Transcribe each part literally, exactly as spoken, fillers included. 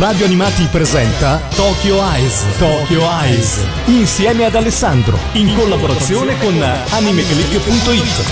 Radio Animati presenta Tokyo Eyes. Tokyo Eyes. Insieme ad Alessandro. In collaborazione con animeclick punto it.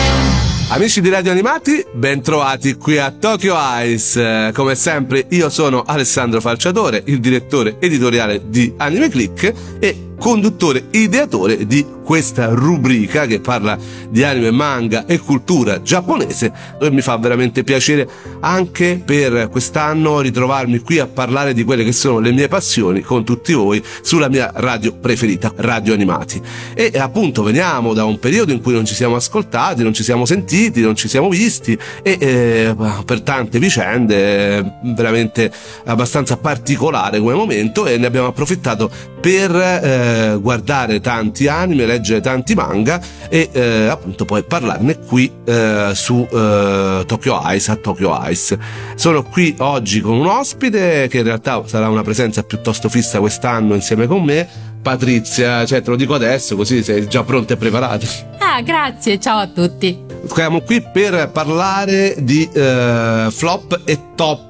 Amici di Radio Animati, ben trovati qui a Tokyo Eyes. Come sempre io sono Alessandro Falciatore, il direttore editoriale di AnimeClick e conduttore ideatore di questa rubrica che parla di anime, manga e cultura giapponese, e mi fa veramente piacere anche per quest'anno ritrovarmi qui a parlare di quelle che sono le mie passioni con tutti voi sulla mia radio preferita, Radio Animati. E appunto veniamo da un periodo in cui non ci siamo ascoltati, non ci siamo sentiti, non ci siamo visti e eh, per tante vicende veramente abbastanza particolare come momento, e ne abbiamo approfittato per eh, guardare tanti anime, leggere tanti manga e eh, appunto poi parlarne qui eh, su eh, Tokyo Eyes, a Tokyo Eyes. Sono qui oggi con un ospite che in realtà sarà una presenza piuttosto fissa quest'anno insieme con me, Patrizia, cioè te lo dico adesso così sei già pronta e preparata. Ah, grazie, ciao a tutti. Siamo qui per parlare di eh, flop e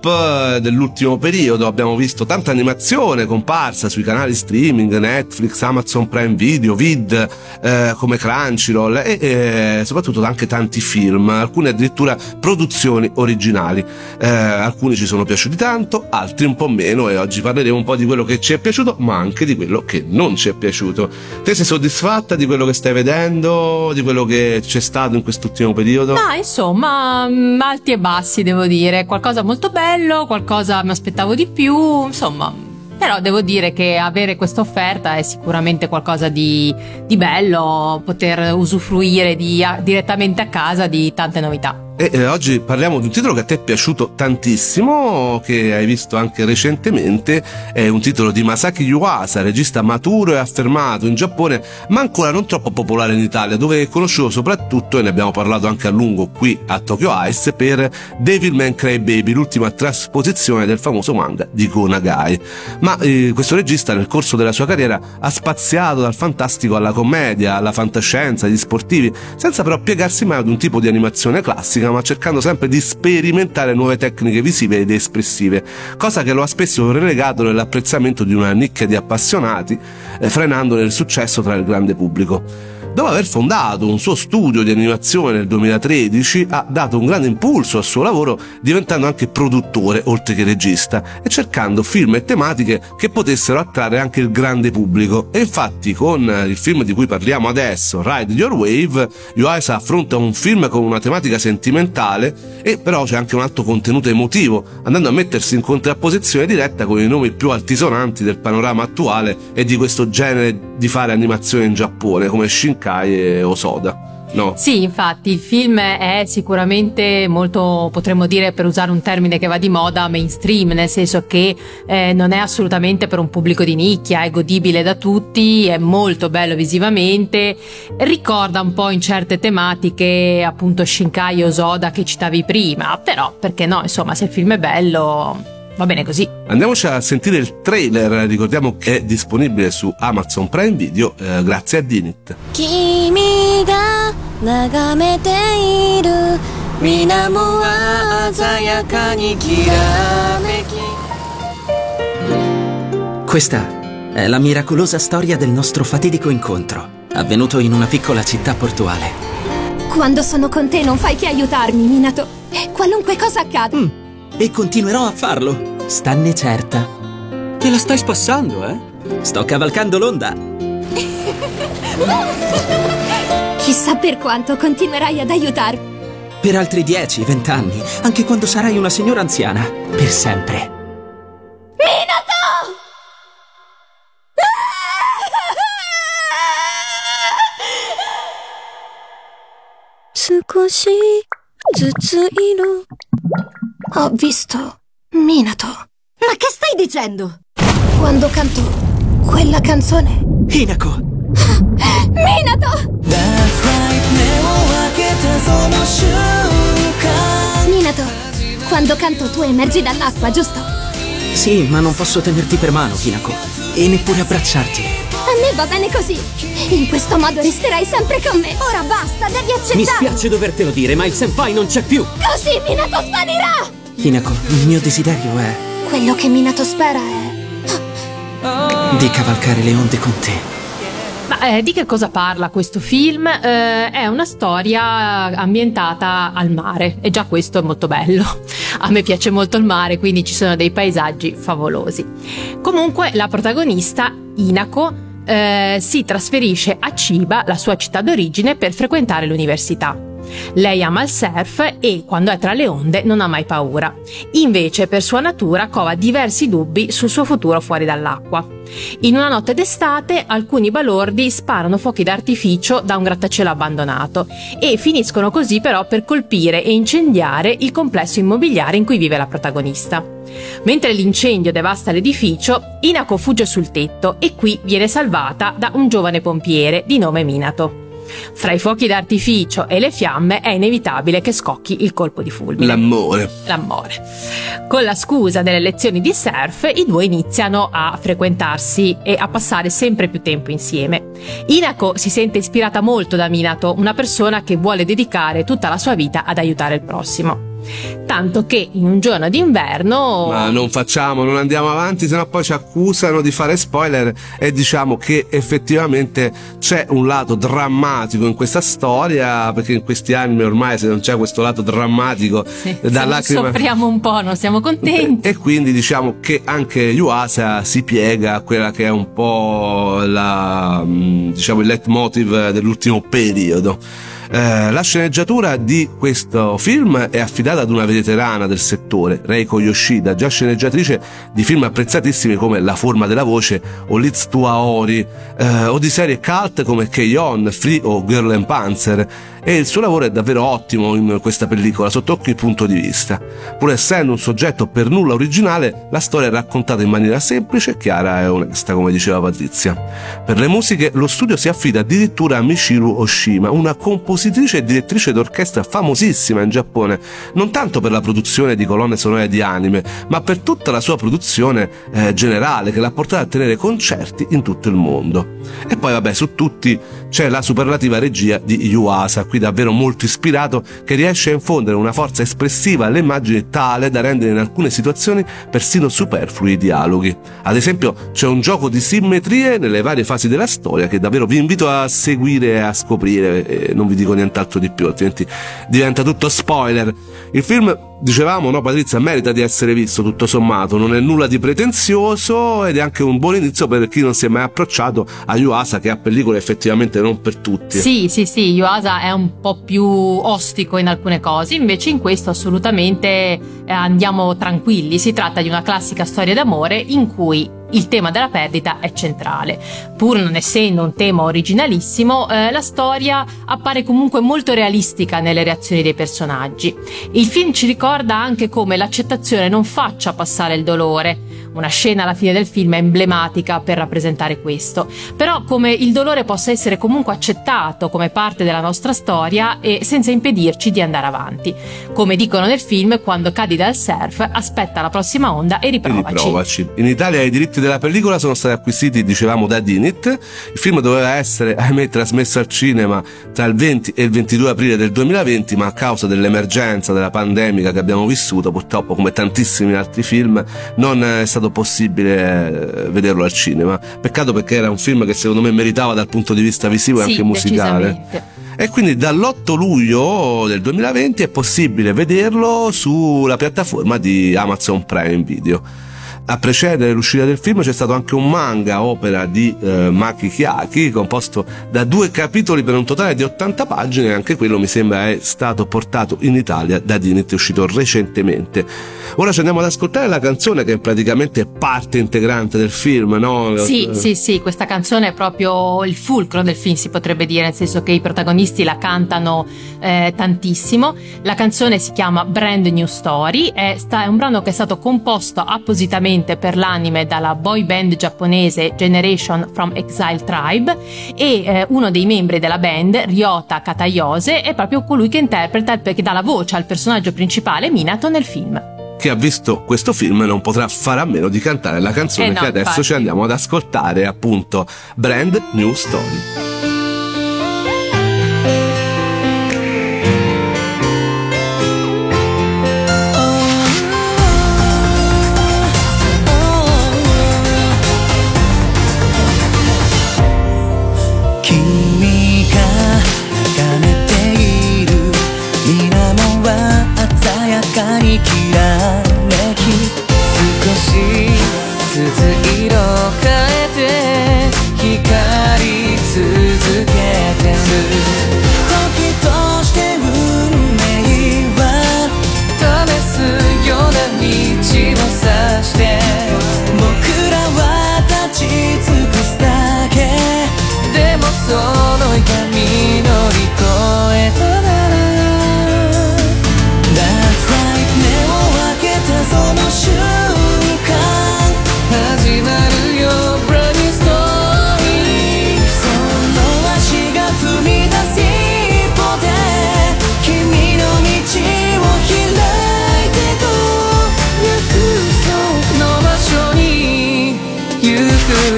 top dell'ultimo periodo. Abbiamo visto tanta animazione comparsa sui canali streaming, Netflix, Amazon Prime Video, Vid, eh, come Crunchyroll e eh, soprattutto anche tanti film, alcune addirittura produzioni originali. Eh, alcuni ci sono piaciuti tanto, altri un po' meno, e oggi parleremo un po' di quello che ci è piaciuto, ma anche di quello che non ci è piaciuto. Te sei soddisfatta di quello che stai vedendo, di quello che c'è stato in quest'ultimo periodo? Ma insomma, alti e bassi devo dire, qualcosa molto bello, qualcosa mi aspettavo di più, insomma, però devo dire che avere questa offerta è sicuramente qualcosa di, di bello, poter usufruire di, a, direttamente a casa di tante novità. E eh, oggi parliamo di un titolo che a te è piaciuto tantissimo, che hai visto anche recentemente. È un titolo di Masaki Yuasa, regista maturo e affermato in Giappone, ma ancora non troppo popolare in Italia, dove è conosciuto soprattutto, e ne abbiamo parlato anche a lungo qui a Tokyo Eyes, per Devilman Crybaby, l'ultima trasposizione del famoso manga di Go Nagai. Ma eh, questo regista nel corso della sua carriera ha spaziato dal fantastico alla commedia, alla fantascienza, agli sportivi, senza però piegarsi mai ad un tipo di animazione classica, ma cercando sempre di sperimentare nuove tecniche visive ed espressive, cosa che lo ha spesso relegato nell'apprezzamento di una nicchia di appassionati, eh, frenandone il successo tra il grande pubblico. Dopo aver fondato un suo studio di animazione nel duemilatredici, ha dato un grande impulso al suo lavoro, diventando anche produttore oltre che regista e cercando film e tematiche che potessero attrarre anche il grande pubblico. E infatti con il film di cui parliamo adesso, Ride Your Wave, Yuasa affronta un film con una tematica sentimentale e però c'è anche un alto contenuto emotivo, andando a mettersi in contrapposizione diretta con i nomi più altisonanti del panorama attuale e di questo genere di fare animazione in Giappone, come Shinkai e Osoda. No. Sì, infatti il film è sicuramente molto, potremmo dire, per usare un termine che va di moda, mainstream, nel senso che eh, non è assolutamente per un pubblico di nicchia, è godibile da tutti, è molto bello visivamente, ricorda un po' in certe tematiche appunto Shinkai e Osoda che citavi prima, però perché no, insomma, se il film è bello va bene così. Andiamoci a sentire il trailer, ricordiamo che è disponibile su Amazon Prime Video, eh, grazie a Dinit. Kimi ga nagamete iru minamo wa azayaka ni kirameki. Questa è la miracolosa storia del nostro fatidico incontro, avvenuto in una piccola città portuale. Quando sono con te non fai che aiutarmi, Minato. Qualunque cosa accada. Mm. E continuerò a farlo, stanne certa. Te la stai spassando, eh? Sto cavalcando l'onda. Chissà per quanto continuerai ad aiutarmi. Per altri dieci, vent'anni, anche quando sarai una signora anziana. Per sempre. Minato! Sukoshi zutsuiro. Ho visto Minato. Ma che stai dicendo? Quando canto quella canzone. Hinako! Minato! Minato, quando canto tu emergi dall'acqua, giusto? Sì, ma non posso tenerti per mano, Hinako. E neppure abbracciarti. A me va bene così. In questo modo resterai sempre con me. Ora basta, devi accettare. Mi spiace dovertelo dire, ma il senpai non c'è più. Così Minato svanirà. Hinako, il mio desiderio è Quello che Minato spera è... di cavalcare le onde con te. Ma eh, di che cosa parla questo film? Eh, è una storia ambientata al mare e già questo è molto bello. A me piace molto il mare, quindi ci sono dei paesaggi favolosi. Comunque la protagonista, Hinako, eh, si trasferisce a Chiba, la sua città d'origine, per frequentare l'università. Lei ama il surf e, quando è tra le onde, non ha mai paura. Invece, per sua natura, cova diversi dubbi sul suo futuro fuori dall'acqua. In una notte d'estate, alcuni balordi sparano fuochi d'artificio da un grattacielo abbandonato e finiscono così però per colpire e incendiare il complesso immobiliare in cui vive la protagonista. Mentre l'incendio devasta l'edificio, Hinako fugge sul tetto e qui viene salvata da un giovane pompiere di nome Minato. Fra i fuochi d'artificio e le fiamme è inevitabile che scocchi il colpo di fulmine. L'amore. L'amore. Con la scusa delle lezioni di surf, i due iniziano a frequentarsi e a passare sempre più tempo insieme. Hinako si sente ispirata molto da Minato, una persona che vuole dedicare tutta la sua vita ad aiutare il prossimo. Tanto che in un giorno d'inverno... Ma non facciamo, non andiamo avanti, sennò poi ci accusano di fare spoiler, e diciamo che effettivamente c'è un lato drammatico in questa storia, perché in questi anni ormai se non c'è questo lato drammatico, sì, da lacrima... soffriamo un po', non siamo contenti. E, e quindi diciamo che anche Yuasa si piega a quella che è un po' la, diciamo, il leitmotiv dell'ultimo periodo. Eh, la sceneggiatura di questo film è affidata ad una veterana del settore, Reiko Yoshida, già sceneggiatrice di film apprezzatissimi come La forma della voce o Liz to Aori, eh, o di serie cult come K-On!, Free o Girl and Panzer, e il suo lavoro è davvero ottimo in questa pellicola sotto ogni punto di vista. Pur essendo un soggetto per nulla originale, la storia è raccontata in maniera semplice, chiara e onesta, come diceva Patrizia. Per le musiche lo studio si affida addirittura a Michiru Oshima, una compositrice e direttrice d'orchestra famosissima in Giappone, non tanto per la produzione di colonne sonore di anime, ma per tutta la sua produzione eh, generale, che l'ha portata a tenere concerti in tutto il mondo. E poi vabbè, su tutti c'è la superlativa regia di Yuasa, qui davvero molto ispirato, che riesce a infondere una forza espressiva alle immagini tale da rendere in alcune situazioni persino superflui i dialoghi. Ad esempio c'è un gioco di simmetrie nelle varie fasi della storia che davvero vi invito a seguire e a scoprire, e non vi dico nient'altro di più, altrimenti diventa tutto spoiler. Il film, dicevamo, no Patrizia, merita di essere visto tutto sommato, non è nulla di pretenzioso ed è anche un buon inizio per chi non si è mai approcciato a Yuasa, che ha pellicole effettivamente non per tutti. Sì, sì, sì, Yuasa è un po' più ostico in alcune cose, invece in questo assolutamente eh, andiamo tranquilli. Si tratta di una classica storia d'amore in cui il tema della perdita è centrale. Pur non essendo un tema originalissimo, eh, la storia appare comunque molto realistica nelle reazioni dei personaggi. Il film ci ricorda anche come l'accettazione non faccia passare il dolore. Una scena alla fine del film è emblematica per rappresentare questo, però come il dolore possa essere comunque accettato come parte della nostra storia e senza impedirci di andare avanti. Come dicono nel film, quando cadi dal surf, aspetta la prossima onda e riprovaci. E riprovaci. In Italia i diritti della pellicola sono stati acquisiti, dicevamo, da Dinit. Il film doveva essere, ahimè, trasmesso al cinema tra il venti e il ventidue aprile del duemilaventi, ma a causa dell'emergenza, della pandemica che abbiamo vissuto, purtroppo come tantissimi altri film, non è stato possibile vederlo al cinema. Peccato, perché era un film che secondo me meritava dal punto di vista visivo e sì, anche musicale. E quindi dall'otto luglio del duemilaventi è possibile vederlo sulla piattaforma di Amazon Prime Video. A precedere l'uscita del film c'è stato anche un manga, opera di eh, Maki Kyaki, composto da due capitoli per un totale di ottanta pagine, e anche quello mi sembra è stato portato in Italia da Dinit, è uscito recentemente. Ora ci andiamo ad ascoltare la canzone, che è praticamente parte integrante del film, no? Sì, sì, sì, questa canzone è proprio il fulcro del film, si potrebbe dire, nel senso che i protagonisti la cantano eh, tantissimo. La canzone si chiama Brand New Story, è, sta, è un brano che è stato composto appositamente per l'anime dalla boy band giapponese Generation from Exile Tribe, e eh, uno dei membri della band, Ryota Katayose, è proprio colui che interpreta, che dà la voce al personaggio principale Minato nel film. Chi ha visto questo film non potrà fare a meno di cantare la canzone eh no, che adesso infatti. Ci andiamo ad ascoltare, appunto, Brand New Story.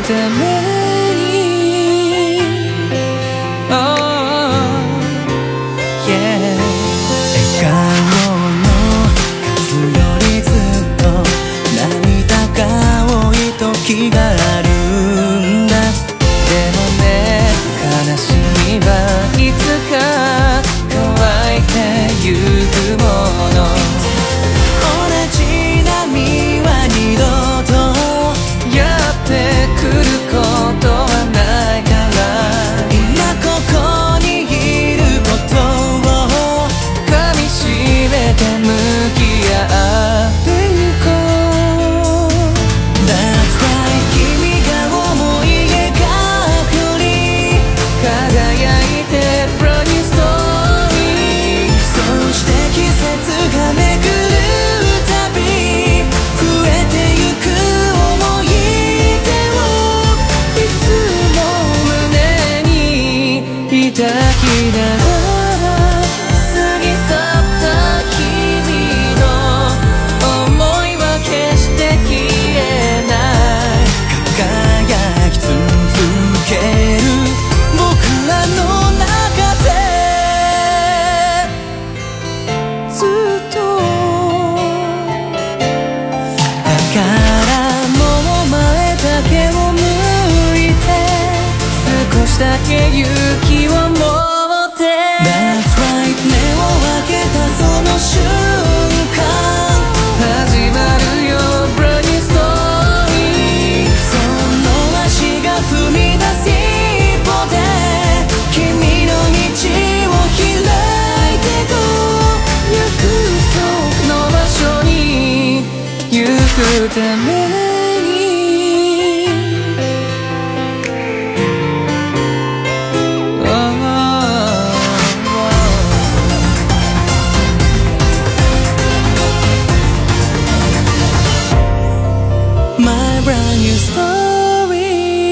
ために Oh yeah 笑顔の数よりずっと涙が多い時があるんだ。でもね悲しみはいつか乾いてゆくもの。同じ波は二度とやってくることはないから、今ここにいることを噛みしめて向き合ってゆこう。 That's right 君が思い描くに輝いて Brand new story。 そして季節が巡るたび増えてゆく思い出をいつも胸に抱きながら過ぎ去った君の想いは決して消えない。輝き続ける僕らの中でずっと。だからもう前だけを向いて少しだけ勇気を持って That's right 目を開けたその瞬間始まるよ Brand new story。 その足が踏み出す一歩で君の道を開いてこう。約束の場所に行くために My brand new story。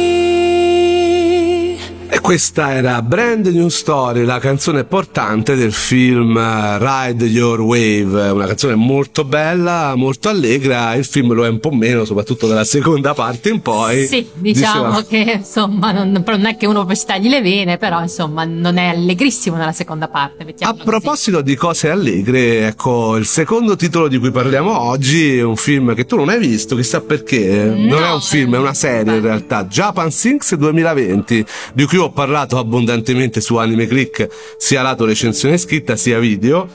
E questa era Brand New Story, la canzone portante del film Ride Your Wave, una canzone molto bella, molto allegra. Il film lo è un po' meno, soprattutto dalla seconda parte in poi. Sì, diciamo Diceva... che insomma non, non è che uno poi stagli le vene, però insomma non è allegrissimo nella seconda parte. A proposito di cose allegre, ecco il secondo titolo di cui parliamo oggi è un film che tu non hai visto, chissà perché. No, non è un film, è una serie in realtà, Japan Sinks duemilaventi, di cui ho parlato abbondantemente su Anime Click, sia lato recensione scritta sia video,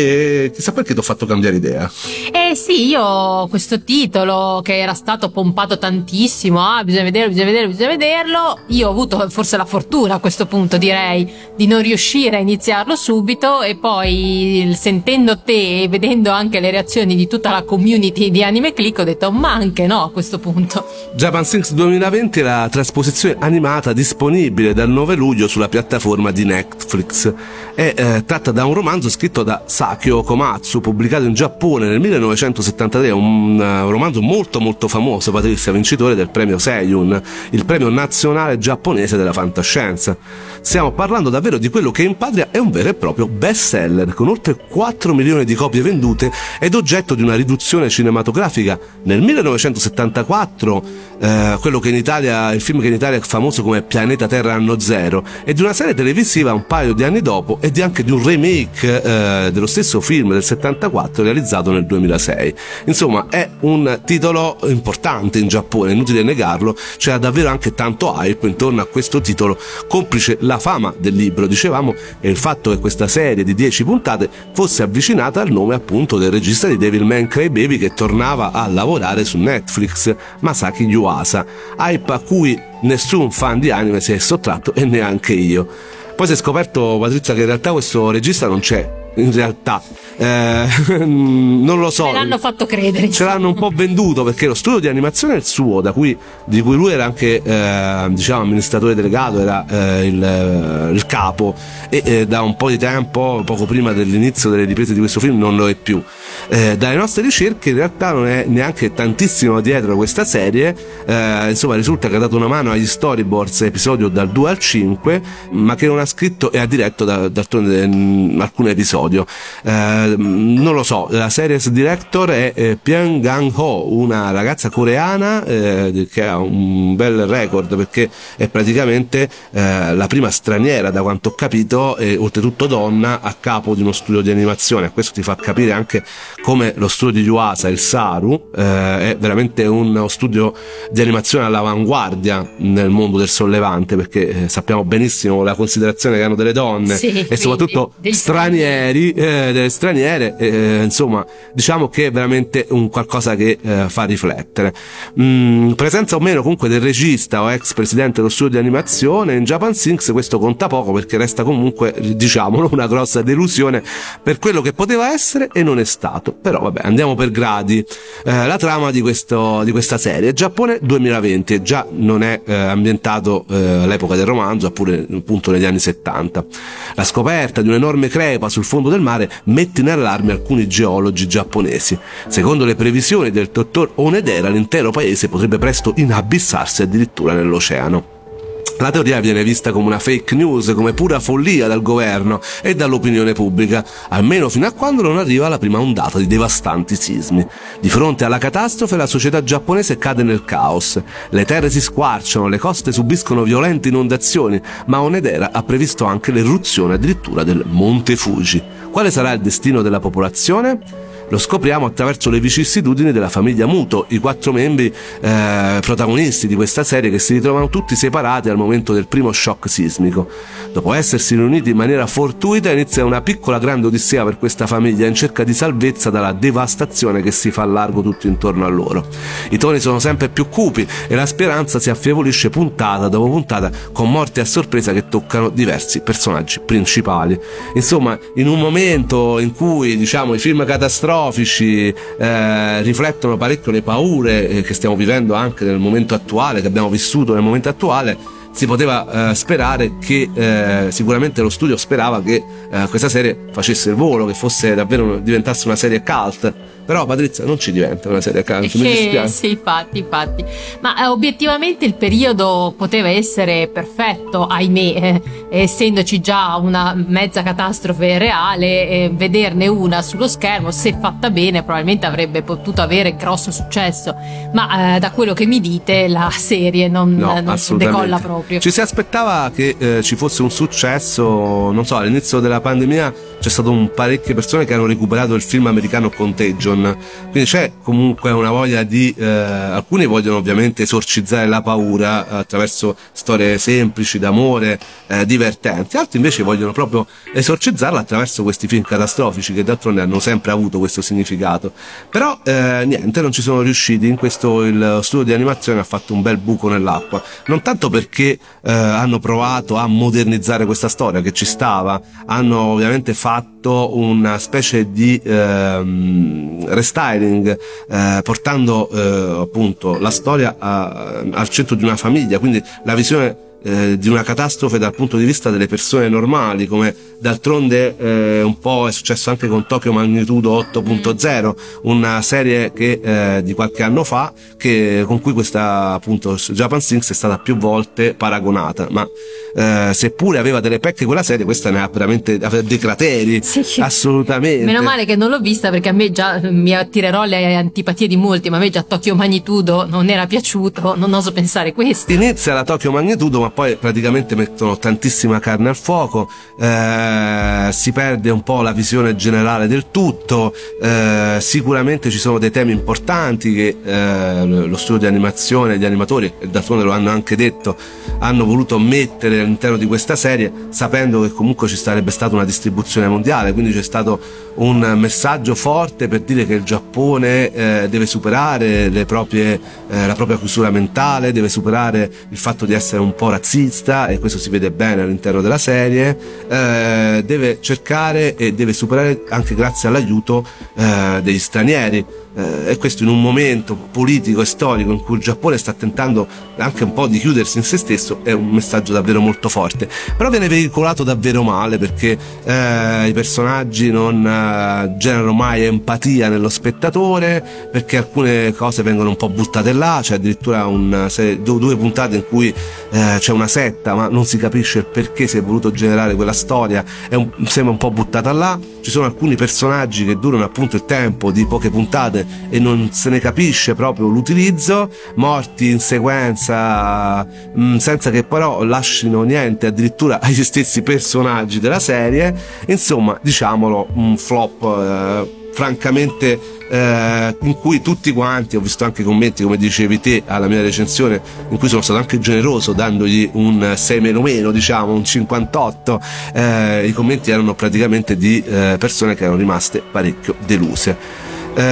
e chissà perché ti ho fatto cambiare idea. Eh sì, io questo titolo che era stato pompato tantissimo, ah bisogna vederlo, bisogna vederlo, bisogna vederlo, io ho avuto forse la fortuna a questo punto direi di non riuscire a iniziarlo subito, e poi sentendo te e vedendo anche le reazioni di tutta la community di Anime Click ho detto ma anche no a questo punto. Japan Sinks duemilaventi è la trasposizione animata disponibile dal nove luglio sulla piattaforma di Netflix. È eh, tratta da un romanzo scritto da Sakio Komatsu, pubblicato in Giappone nel millenovecentosettantatré, un uh, romanzo molto molto famoso, Patrizia, vincitore del premio Seiyun, il premio nazionale giapponese della fantascienza. Stiamo parlando davvero di quello che in patria è un vero e proprio bestseller, con oltre quattro milioni di copie vendute ed oggetto di una riduzione cinematografica nel millenovecentosettantaquattro, eh, quello che in Italia, il film che in Italia è famoso come Pianeta Terra Anno Zero, e di una serie televisiva un paio di anni dopo, e di anche di un remake eh, dello stesso film del settantaquattro realizzato nel duemilasei. Insomma è un titolo importante in Giappone, inutile negarlo, c'era davvero anche tanto hype intorno a questo titolo, complice la fama del libro, dicevamo, e il fatto che questa serie di dieci puntate fosse avvicinata al nome appunto del regista di Devilman Crybaby, che tornava a lavorare su Netflix, Masaki Yuasa, hype a cui nessun fan di anime si è sottratto, e neanche io. Poi si è scoperto, Patrizia, che in realtà questo regista non c'è, in realtà eh, non lo so, me l'hanno fatto credere, ce l'hanno un po' venduto, perché lo studio di animazione è il suo, da cui, di cui lui era anche eh, diciamo amministratore delegato, era eh, il, il capo, e eh, da un po' di tempo, poco prima dell'inizio delle riprese di questo film, non lo è più. Eh, dalle nostre ricerche in realtà non è neanche tantissimo dietro questa serie, eh, insomma risulta che ha dato una mano agli storyboards episodio dal due al cinque, ma che non ha scritto e ha diretto da, d'altronde mh, alcun episodio. Eh, non lo so, la series director è eh, Pyung Gang-ho, una ragazza coreana eh, che ha un bel record perché è praticamente eh, la prima straniera, da quanto ho capito, e oltretutto donna, a capo di uno studio di animazione. Questo ti fa capire anche come lo studio di Yuasa, il Saru, eh, è veramente uno studio di animazione all'avanguardia nel mondo del sollevante, perché eh, sappiamo benissimo la considerazione che hanno delle donne, sì, e soprattutto dei, dei stranieri, eh, delle straniere, eh, insomma diciamo che è veramente un qualcosa che eh, fa riflettere. Mm, presenza o meno comunque del regista o ex presidente dello studio di animazione in Japan Sinks, questo conta poco perché resta comunque, diciamolo, una grossa delusione per quello che poteva essere e non è stato. Però vabbè, andiamo per gradi. Eh, la trama di, questo, di questa serie: Giappone duemilaventi, e già non è eh, ambientato eh, all'epoca del romanzo, oppure appunto negli anni settanta. La scoperta di un'enorme crepa sul fondo del mare mette in allarme alcuni geologi giapponesi. Secondo le previsioni del dottor Onedera, l'intero paese potrebbe presto inabissarsi addirittura nell'oceano. La teoria viene vista come una fake news, come pura follia dal governo e dall'opinione pubblica, almeno fino a quando non arriva la prima ondata di devastanti sismi. Di fronte alla catastrofe la società giapponese cade nel caos. Le terre si squarciano, le coste subiscono violente inondazioni, ma Onedera ha previsto anche l'eruzione addirittura del Monte Fuji. Quale sarà il destino della popolazione? Lo scopriamo attraverso le vicissitudini della famiglia Muto, i quattro membri eh, protagonisti di questa serie, che si ritrovano tutti separati al momento del primo shock sismico. Dopo essersi riuniti in maniera fortuita, inizia una piccola grande odissea per questa famiglia in cerca di salvezza dalla devastazione che si fa largo tutto intorno a loro. I toni sono sempre più cupi e la speranza si affievolisce puntata dopo puntata, con morti a sorpresa che toccano diversi personaggi principali. Insomma, in un momento in cui, diciamo, i film catastrofici eh, riflettono parecchio le paure eh, che stiamo vivendo anche nel momento attuale, che abbiamo vissuto nel momento attuale, si poteva eh, sperare che eh, sicuramente lo studio sperava che eh, questa serie facesse il volo, che fosse davvero, diventasse una serie cult. Però Patrizia, non ci diventa una serie cult, mi dispiace. Sì, infatti, infatti. Ma eh, obiettivamente il periodo poteva essere perfetto, ahimè, eh, essendoci già una mezza catastrofe reale, eh, vederne una sullo schermo, se fatta bene, probabilmente avrebbe potuto avere grosso successo. Ma eh, da quello che mi dite, la serie non, no, non decolla proprio. Ci si aspettava che eh, ci fosse un successo, non so, all'inizio della pandemia c'è stato un parecchie persone che hanno recuperato il film americano Contagion, quindi c'è comunque una voglia di eh, alcuni vogliono ovviamente esorcizzare la paura attraverso storie semplici d'amore, eh, divertenti, altri invece vogliono proprio esorcizzarla attraverso questi film catastrofici che d'altronde hanno sempre avuto questo significato. Però eh, niente, non ci sono riusciti. In questo il studio di animazione ha fatto un bel buco nell'acqua, non tanto perché eh, hanno provato a modernizzare questa storia, che ci stava, hanno ovviamente fatto una specie di ehm, restyling, eh, portando eh, appunto la storia a, al centro di una famiglia, quindi la visione eh, di una catastrofe dal punto di vista delle persone normali, come d'altronde eh, un po' è successo anche con Tokyo Magnitudo otto punto zero, una serie che eh, di qualche anno fa, che con cui questa appunto Japan Sinks è stata più volte paragonata, ma eh, seppure aveva delle pecche quella serie, questa ne ha veramente aveva dei crateri, sì, assolutamente. Meno male che non l'ho vista, perché a me già mi attirerò le antipatie di molti, ma a me già Tokyo Magnitudo non era piaciuto, non oso pensare questo. Inizia la Tokyo Magnitudo, ma poi praticamente mettono tantissima carne al fuoco, eh, si perde un po' la visione generale del tutto. Eh, sicuramente ci sono dei temi importanti che eh, lo studio di animazione, gli animatori, e d'altronde lo hanno anche detto, hanno voluto mettere all'interno di questa serie, sapendo che comunque ci sarebbe stata una distribuzione mondiale, quindi c'è stato un messaggio forte per dire che il Giappone eh, deve superare le proprie, eh, la propria chiusura mentale, deve superare il fatto di essere un po' razzista, e questo si vede bene all'interno della serie, eh, deve cercare e deve superare anche grazie all'aiuto eh, degli stranieri. eh, e questo in un momento politico e storico in cui il Giappone sta tentando anche un po' di chiudersi in se stesso, è un messaggio davvero molto forte, però viene veicolato davvero male perché eh, i personaggi non eh, generano mai empatia nello spettatore, perché alcune cose vengono un po' buttate là, c'è addirittura un, se, due puntate in cui eh, c'è una setta ma non si capisce il perché si è voluto generare quella storia, è un, sembra un po' buttata là. Ci sono alcuni personaggi che durano appunto il tempo di poche puntate e non se ne capisce proprio l'utilizzo, morti in sequenza mh, senza che però lasciano niente addirittura agli stessi personaggi della serie. Insomma, diciamolo, un flop eh, francamente eh, in cui tutti quanti, ho visto anche commenti come dicevi te alla mia recensione in cui sono stato anche generoso dandogli un sei meno meno, diciamo un cinquantotto, eh, i commenti erano praticamente di eh, persone che erano rimaste parecchio deluse.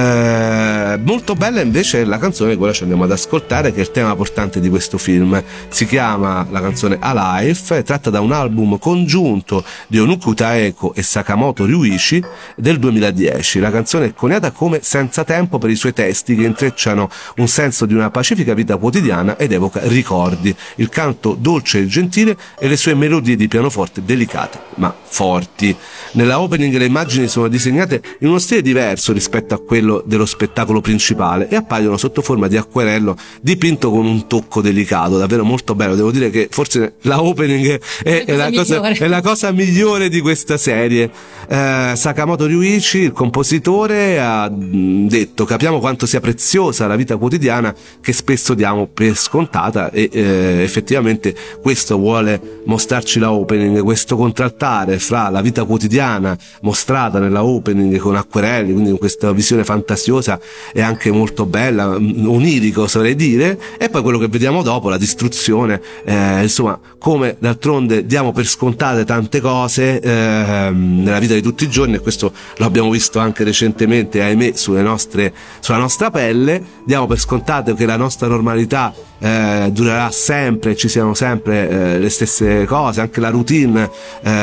Eh, molto bella invece la canzone che ora ci andiamo ad ascoltare, che è il tema portante di questo film. Si chiama la canzone Alive, è tratta da un album congiunto di Onuku Taeko e Sakamoto Ryuichi del duemiladieci. La canzone è coniata come Senza tempo per i suoi testi che intrecciano un senso di una pacifica vita quotidiana ed evoca ricordi, il canto dolce e gentile e le sue melodie di pianoforte delicate ma forti. Nella opening le immagini sono disegnate in uno stile diverso rispetto a quello dello spettacolo principale e appaiono sotto forma di acquerello dipinto con un tocco delicato, davvero molto bello. Devo dire che forse la opening è, è, la, cosa, è la cosa migliore di questa serie. eh, Sakamoto Ryuichi, il compositore, ha detto: capiamo quanto sia preziosa la vita quotidiana che spesso diamo per scontata, e eh, effettivamente questo vuole mostrarci la opening, questo contraltare fra la vita quotidiana mostrata nella opening con acquerelli, quindi con questa visione fantasiosa e anche molto bella, onirico saprei dire, e poi quello che vediamo dopo, la distruzione, eh, insomma, come d'altronde diamo per scontate tante cose eh, nella vita di tutti i giorni, e questo lo abbiamo visto anche recentemente, ahimè, sulle nostre, sulla nostra pelle. Diamo per scontate che la nostra normalità eh, durerà sempre, ci siano sempre eh, le stesse cose, anche la routine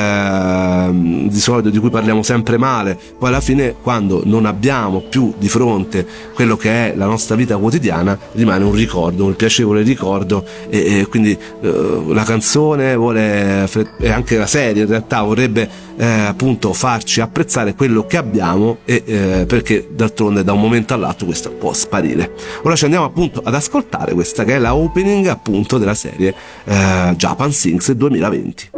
eh, di solito di cui parliamo sempre male, poi alla fine quando non abbiamo più di fronte quello che è la nostra vita quotidiana rimane un ricordo, un piacevole ricordo, e, e quindi eh, la canzone vuole, e anche la serie in realtà vorrebbe eh, appunto farci apprezzare quello che abbiamo, e eh, perché d'altronde da un momento all'altro questo può sparire. Ora ci andiamo appunto ad ascoltare questa che è la opening appunto della serie eh, Japan Sings duemilaventi.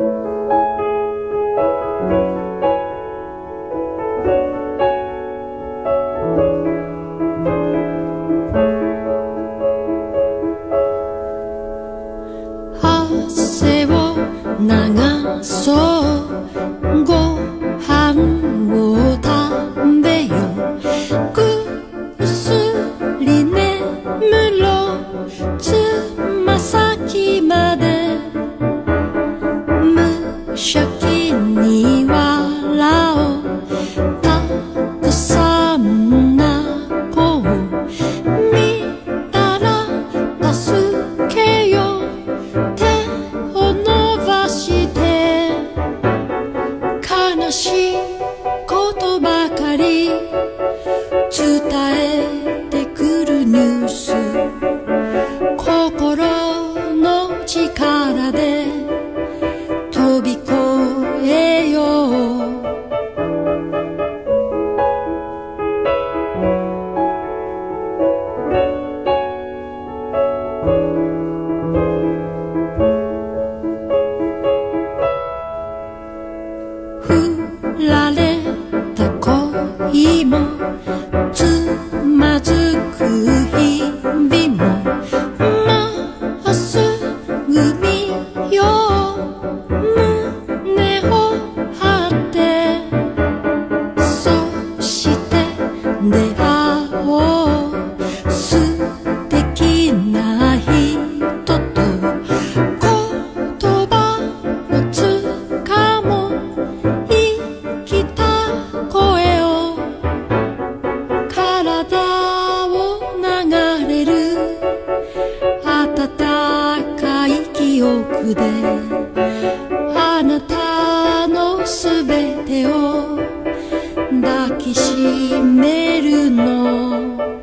抱きしめるの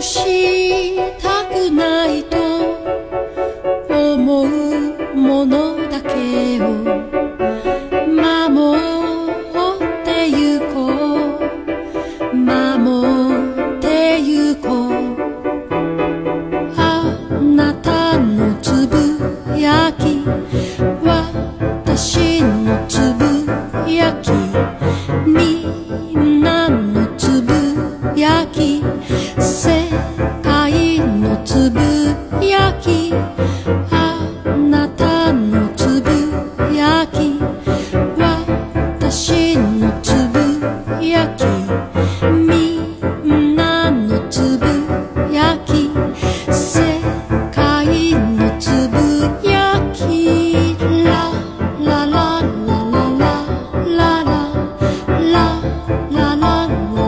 したくないと思うものだけを守ってゆこう守ってゆこうあなたのつぶやき私のつぶやきみんなのつぶやき世界のつぶやきあなたのつぶやき私のつぶやきみんなのつぶやき世界のつぶやきラララララララララララ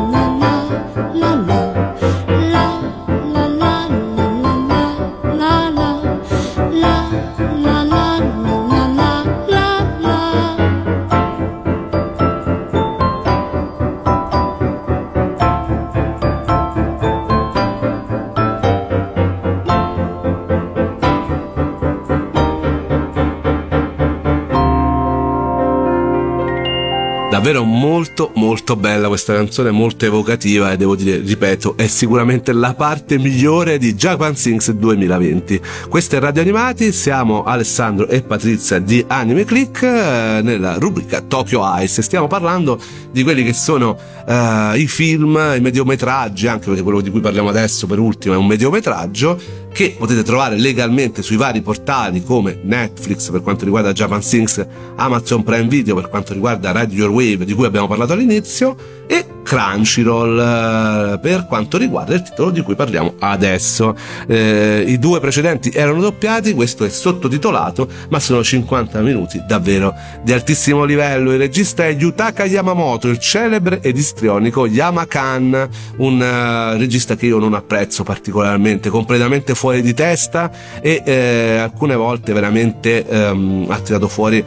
Davvero molto molto bella questa canzone, molto evocativa e devo dire, ripeto, è sicuramente la parte migliore di Japan Sings duemilaventi. Questo è Radio Animati, siamo Alessandro e Patrizia di Anime Click eh, nella rubrica Tokyo Eyes. Stiamo parlando di quelli che sono eh, i film, i mediometraggi, anche perché quello di cui parliamo adesso per ultimo è un mediometraggio che potete trovare legalmente sui vari portali come Netflix per quanto riguarda Japan Sings, Amazon Prime Video per quanto riguarda Radio Your Wave di cui abbiamo parlato all'inizio e Crunchyroll eh, per quanto riguarda il titolo di cui parliamo adesso. Eh, i due precedenti erano doppiati, questo è sottotitolato, ma sono cinquanta minuti davvero di altissimo livello. Il regista è Yutaka Yamamoto, il celebre ed istrionico Yamakan, un uh, regista che io non apprezzo particolarmente, completamente fuori di testa e eh, alcune volte veramente um, ha tirato fuori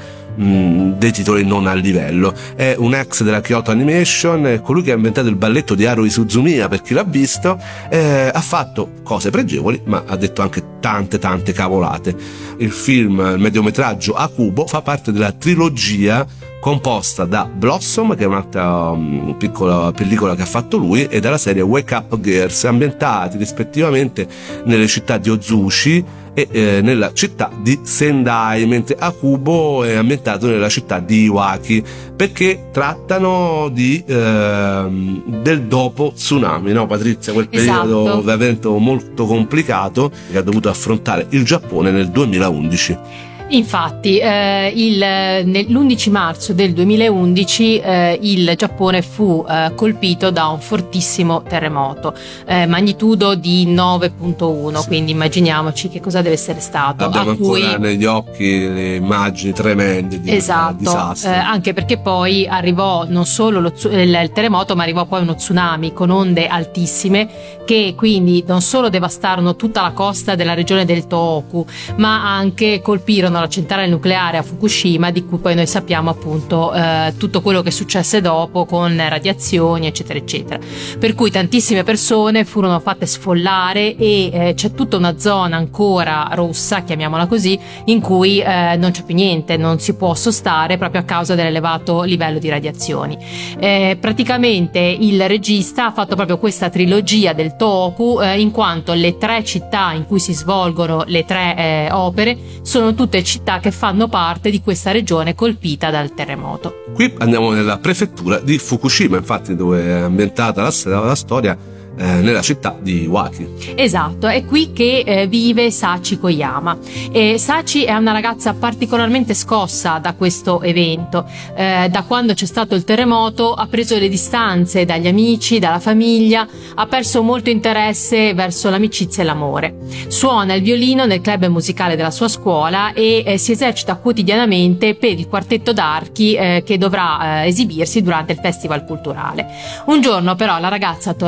dei titoli non a livello. È un ex della Kyoto Animation, è colui che ha inventato il balletto di Haruhi Suzumiya, per chi l'ha visto. Eh, ha fatto cose pregevoli ma ha detto anche tante tante cavolate. Il film, il mediometraggio Akubo, fa parte della trilogia composta da Blossom, che è un'altra um, piccola pellicola che ha fatto lui, e dalla serie Wake Up Girls, ambientati rispettivamente nelle città di Ozushi e eh, nella città di Sendai, mentre Akubo è ambientato nella città di Iwaki, perché trattano di eh, del dopo tsunami, no Patrizia? Quel periodo esatto. veramente molto complicato che ha dovuto affrontare il Giappone nel duemilaundici. Infatti eh, il, l'undici marzo del duemilaundici eh, il Giappone fu eh, colpito da un fortissimo terremoto, eh, magnitudo di nove virgola uno, sì. Quindi immaginiamoci che cosa deve essere stato. Abbiamo a ancora cui... negli occhi le immagini tremende di esatto, disastro. Eh, anche perché poi arrivò non solo lo, il, il terremoto, ma arrivò poi uno tsunami con onde altissime che quindi non solo devastarono tutta la costa della regione del Tohoku, ma anche colpirono la centrale nucleare a Fukushima, di cui poi noi sappiamo appunto eh, tutto quello che successe dopo con radiazioni eccetera eccetera, per cui tantissime persone furono fatte sfollare e eh, c'è tutta una zona ancora rossa, chiamiamola così, in cui eh, non c'è più niente, non si può sostare proprio a causa dell'elevato livello di radiazioni. Eh, praticamente il regista ha fatto proprio questa trilogia del Tohoku eh, in quanto le tre città in cui si svolgono le tre eh, opere sono tutte città che fanno parte di questa regione colpita dal terremoto. Qui andiamo nella prefettura di Fukushima, infatti, dove è ambientata la, la storia eh, nella città di Iwaki. Esatto, è qui che eh, vive Sachi Koyama. E Sachi è una ragazza particolarmente scossa da questo evento. Eh, da quando c'è stato il terremoto ha preso le distanze dagli amici, dalla famiglia, ha perso molto interesse verso l'amicizia e l'amore. Suona il violino nel club musicale della sua scuola e eh, si esercita quotidianamente per il quartetto d'archi eh, che dovrà eh, esibirsi durante il festival culturale. Un giorno però la ragazza, tornando a casa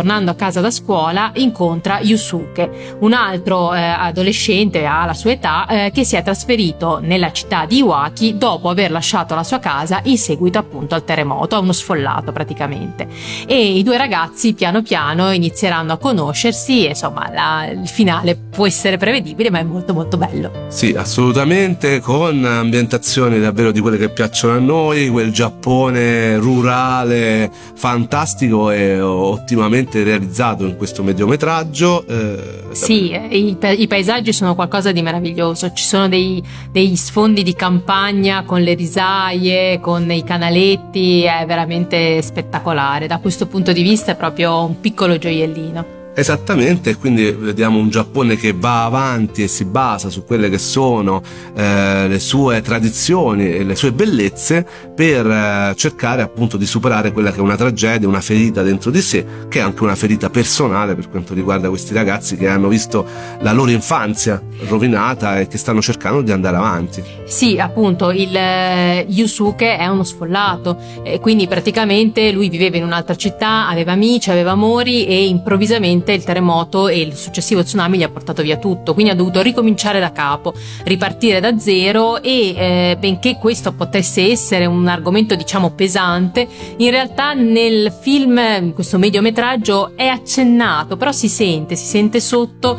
casa da scuola incontra Yusuke, un altro eh, adolescente alla sua età eh, che si è trasferito nella città di Iwaki dopo aver lasciato la sua casa in seguito appunto al terremoto, a uno sfollato praticamente. E i due ragazzi piano piano inizieranno a conoscersi e insomma la, il finale può essere prevedibile, ma è molto molto bello. Sì, assolutamente, con ambientazioni davvero di quelle che piacciono a noi, quel Giappone rurale fantastico e ottimamente realizzato in questo mediometraggio. Eh, sì, i, i paesaggi sono qualcosa di meraviglioso, ci sono dei, dei sfondi di campagna con le risaie, con i canaletti, è veramente spettacolare. Da questo punto di vista è proprio un piccolo gioiellino. Esattamente, quindi vediamo un Giappone che va avanti e si basa su quelle che sono eh, le sue tradizioni e le sue bellezze per eh, cercare appunto di superare quella che è una tragedia, una ferita dentro di sé, che è anche una ferita personale per quanto riguarda questi ragazzi che hanno visto la loro infanzia rovinata e che stanno cercando di andare avanti. Sì, appunto, il eh, Yusuke è uno sfollato, e quindi praticamente lui viveva in un'altra città, aveva amici, aveva amori e improvvisamente il terremoto e il successivo tsunami gli ha portato via tutto, quindi ha dovuto ricominciare da capo, ripartire da zero e eh, benché questo potesse essere un argomento diciamo pesante, in realtà nel film, in questo mediometraggio, è accennato, però si sente, si sente sotto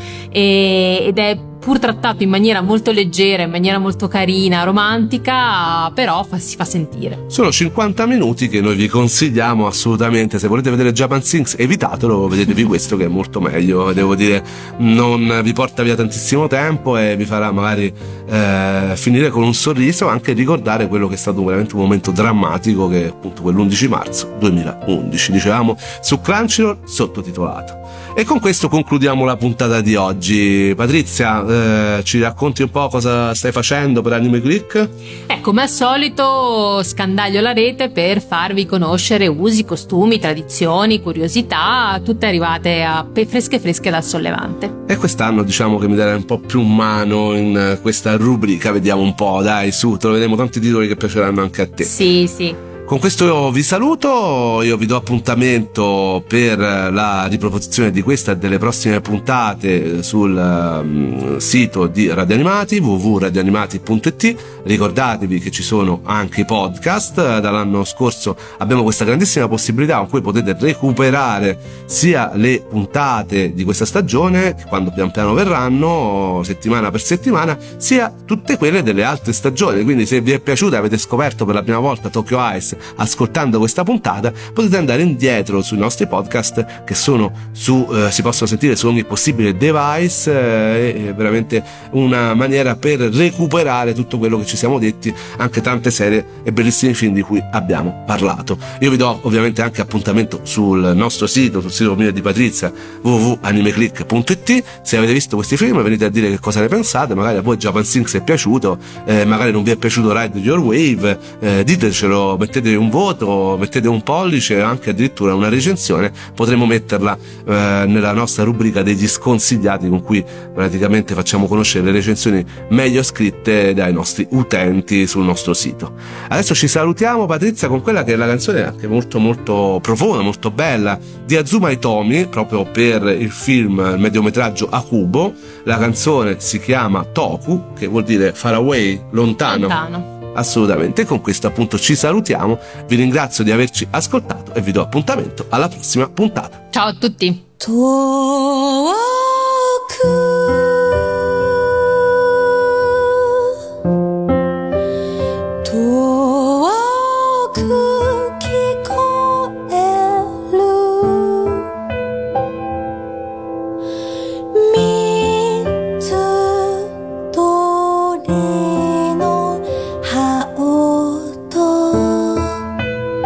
e, ed è pur trattato in maniera molto leggera, in maniera molto carina, romantica, però fa, si fa sentire. Sono cinquanta minuti che noi vi consigliamo assolutamente. Se volete vedere Japan Sinks, evitatelo, vedetevi questo che è molto meglio, devo dire, non vi porta via tantissimo tempo e vi farà magari eh, finire con un sorriso, anche ricordare quello che è stato veramente un momento drammatico, che è appunto quell'undici marzo duemilaundici, dicevamo, su Crunchyroll, sottotitolato. E con questo concludiamo la puntata di oggi. Patrizia, eh, ci racconti un po' cosa stai facendo per Anime Click? Eh, come al solito scandaglio la rete per farvi conoscere usi, costumi, tradizioni, curiosità, tutte arrivate a pe- fresche fresche dal sollevante. E quest'anno diciamo che mi darai un po' più mano in questa rubrica, vediamo un po', dai, su, troveremo tanti titoli che piaceranno anche a te. Sì, sì. Con questo io vi saluto, io vi do appuntamento per la riproposizione di questa e delle prossime puntate sul um, sito di Radio Animati, w w w punto radio animati punto i t. Ricordatevi che ci sono anche i podcast, dall'anno scorso abbiamo questa grandissima possibilità con cui potete recuperare sia le puntate di questa stagione, che quando pian piano verranno, settimana per settimana, sia tutte quelle delle altre stagioni. Quindi se vi è piaciuta e avete scoperto per la prima volta Tokyo Ice ascoltando questa puntata, potete andare indietro sui nostri podcast che sono su eh, si possono sentire su ogni possibile device, eh, è veramente una maniera per recuperare tutto quello che ci siamo detti, anche tante serie e bellissimi film di cui abbiamo parlato. Io vi do ovviamente anche appuntamento sul nostro sito, sul sito mio di Patrizia, w w w punto animeclick punto i t. Se avete visto questi film venite a dire che cosa ne pensate, magari a voi Japan Sinks è piaciuto, eh, magari non vi è piaciuto Ride Your Wave, eh, ditecelo, mettete un voto, mettete un pollice, anche addirittura una recensione, potremo metterla eh, nella nostra rubrica degli sconsigliati, con cui praticamente facciamo conoscere le recensioni meglio scritte dai nostri utenti sul nostro sito. Adesso ci salutiamo, Patrizia, con quella che è la canzone anche molto molto profonda, molto bella, di Azuma Hitomi, proprio per il film, il mediometraggio Akubo. La canzone si chiama Toku, che vuol dire far away, lontano. Lontano. Assolutamente. Con questo appunto ci salutiamo, vi ringrazio di averci ascoltato e vi do appuntamento alla prossima puntata. Ciao a tutti.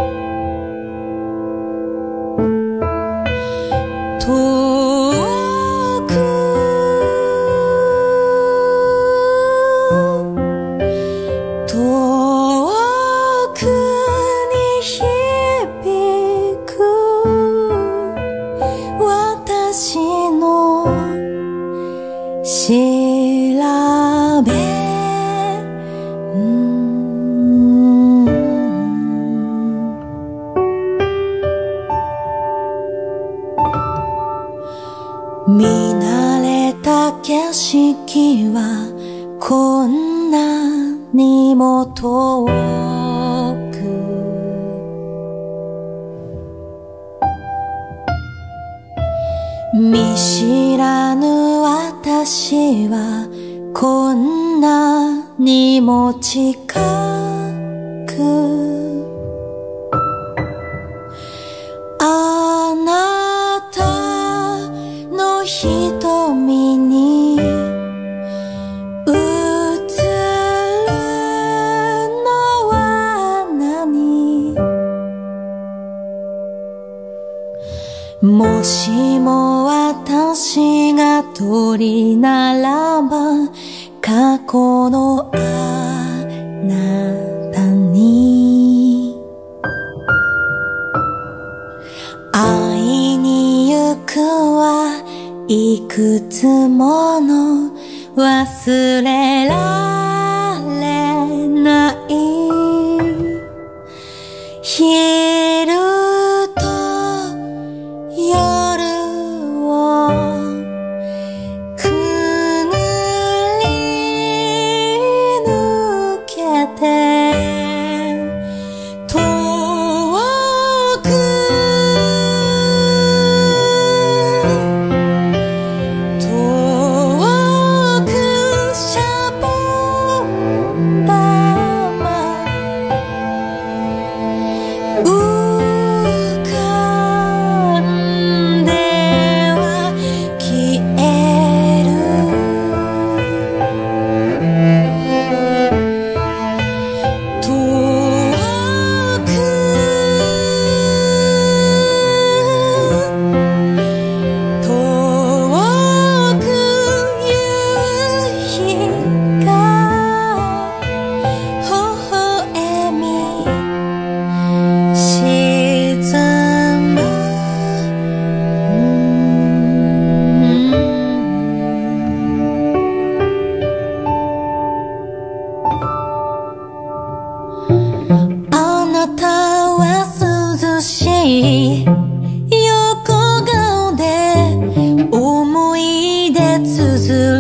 To 見慣れた景色はこんなにも遠く、見知らぬ私はこんなにも近く、あなたの瞳に映るのは何、もしも私が鳥ならば過去のあなたに会いに行くはいくつもの忘れられない昼と夜をくぐり抜けて遠く遠くしゃぼんだま浮かんでは消える、遠く遠く夕日が微笑み沈む、あなたは涼しい横顔で思い出綴る、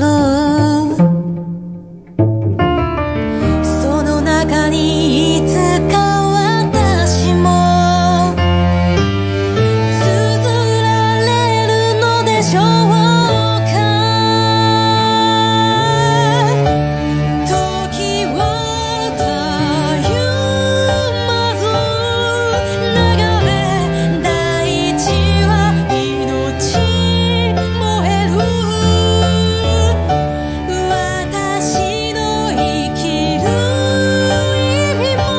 その中にいつか私も綴られるのでしょうか、時はたゆまず流れ大地は命燃える、私の生きる意味も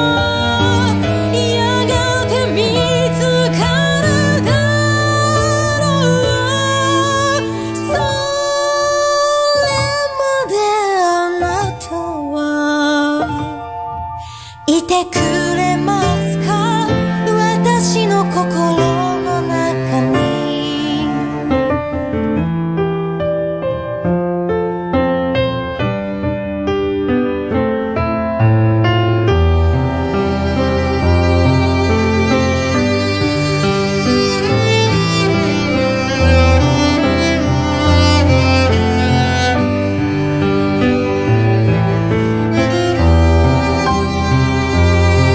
やがて見つかるだろう、それまであなたはいてくれますか、私の心の中に。「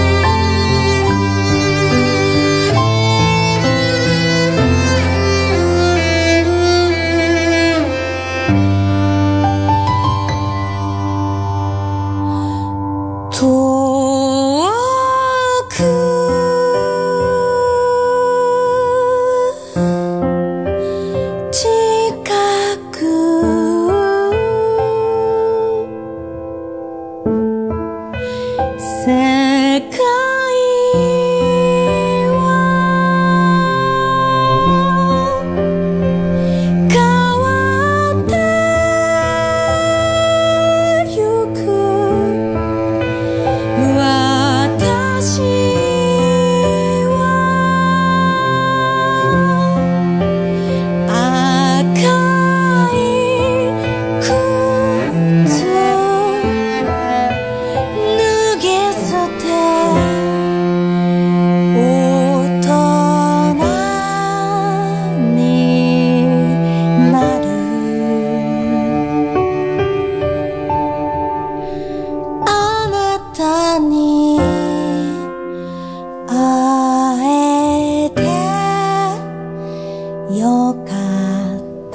った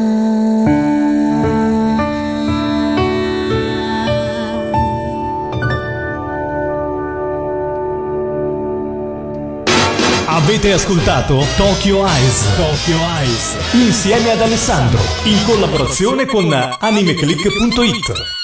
Avete ascoltato Tokyo Eyes, Tokyo Eyes, insieme ad Alessandro, in collaborazione con animeclick punto it.